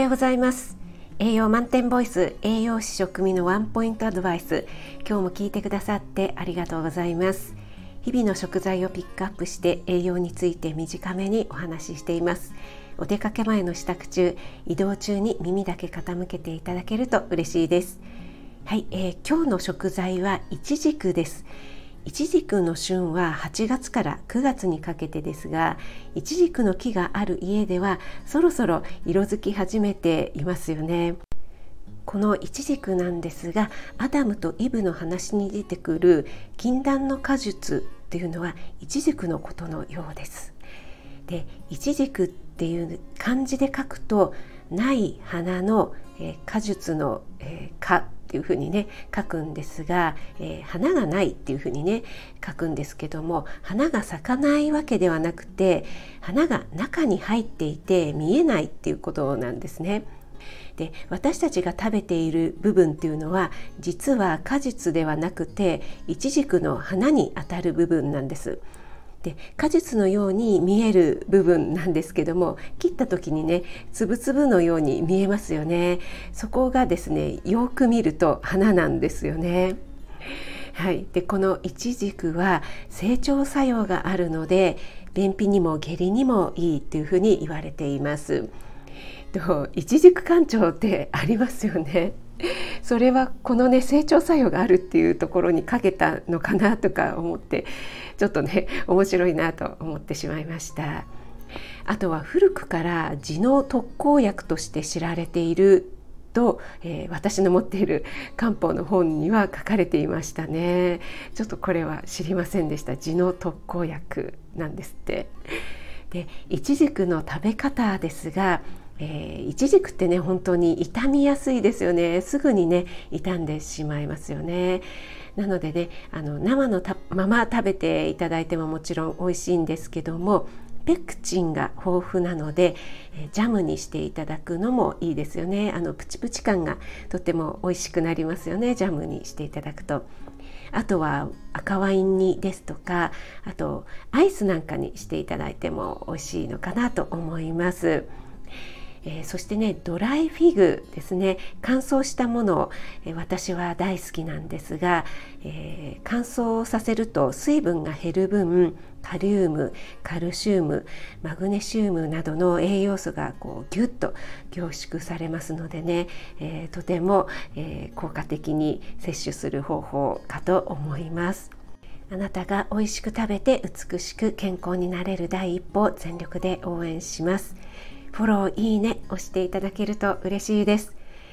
ございます。栄養満点ボイス、栄養士食味のワンポイントアドバイス。今日も聞いてくださってありがとうございます。日々の食材をピックアップして栄養について短めにお話ししています。お出かけ前の支度中、移動中に耳だけ傾けていただけると嬉しいです。はい、今日の食材はイチジクです。イチジクの旬は8月から9月にかけてですが、イチジクの木がある家ではそろそろ色づき始めていますよね。このイチジクなんですが、アダムとイブの話に出てくる禁断の果実っていうのはイチジクのことのようです。で、イチジクっていう漢字で書くとない花の、果実の、果っていうふうにね書くんですが、花がないっていうふうにね書くんですけども、花が咲かないわけではなくて、花が中に入っていて見えないっていうことなんですね。で、私たちが食べている部分っていうのは実は果実ではなくてイチジクの花にあたる部分なんです。で、果実のように見える部分なんですけども、切った時にねつぶつぶのように見えますよね。そこがですね、よく見ると花なんですよね。はい、でこのイチジクは整腸作用があるので便秘にも下痢にもいいっていうふうに言われています。イチジク肝腸ってありますよね。それはこのね整腸作用があるっていうところにかけたのかなとか思って、ちょっとね面白いなと思ってしまいました。あとは古くから痔の特効薬として知られていると、私の持っている漢方の本には書かれていましたね。ちょっとこれは知りませんでした。痔の特効薬なんですって。で、イチジクの食べ方ですが、イチジクってね本当に傷みやすいですよね。すぐにね傷んでしまいますよね。なのでね、生のまま食べていただいてももちろん美味しいんですけども、ペクチンが豊富なので、ジャムにしていただくのもいいですよね。プチプチ感がとっても美味しくなりますよね、ジャムにしていただくと。あとは赤ワイン煮ですとか、あとアイスなんかにしていただいても美味しいのかなと思います。そしてね、ドライフィグですね、乾燥したもの、私は大好きなんですが、乾燥させると水分が減る分、カリウム、カルシウム、マグネシウムなどの栄養素がギュッと凝縮されますのでね、とても、効果的に摂取する方法かと思います。あなたが美味しく食べて美しく健康になれる第一歩を全力で応援します。フォロー、いいね押していただけると嬉しいです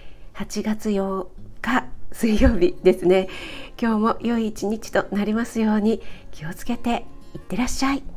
。8月8日水曜日ですね。今日も良い一日となりますように。気をつけていってらっしゃい。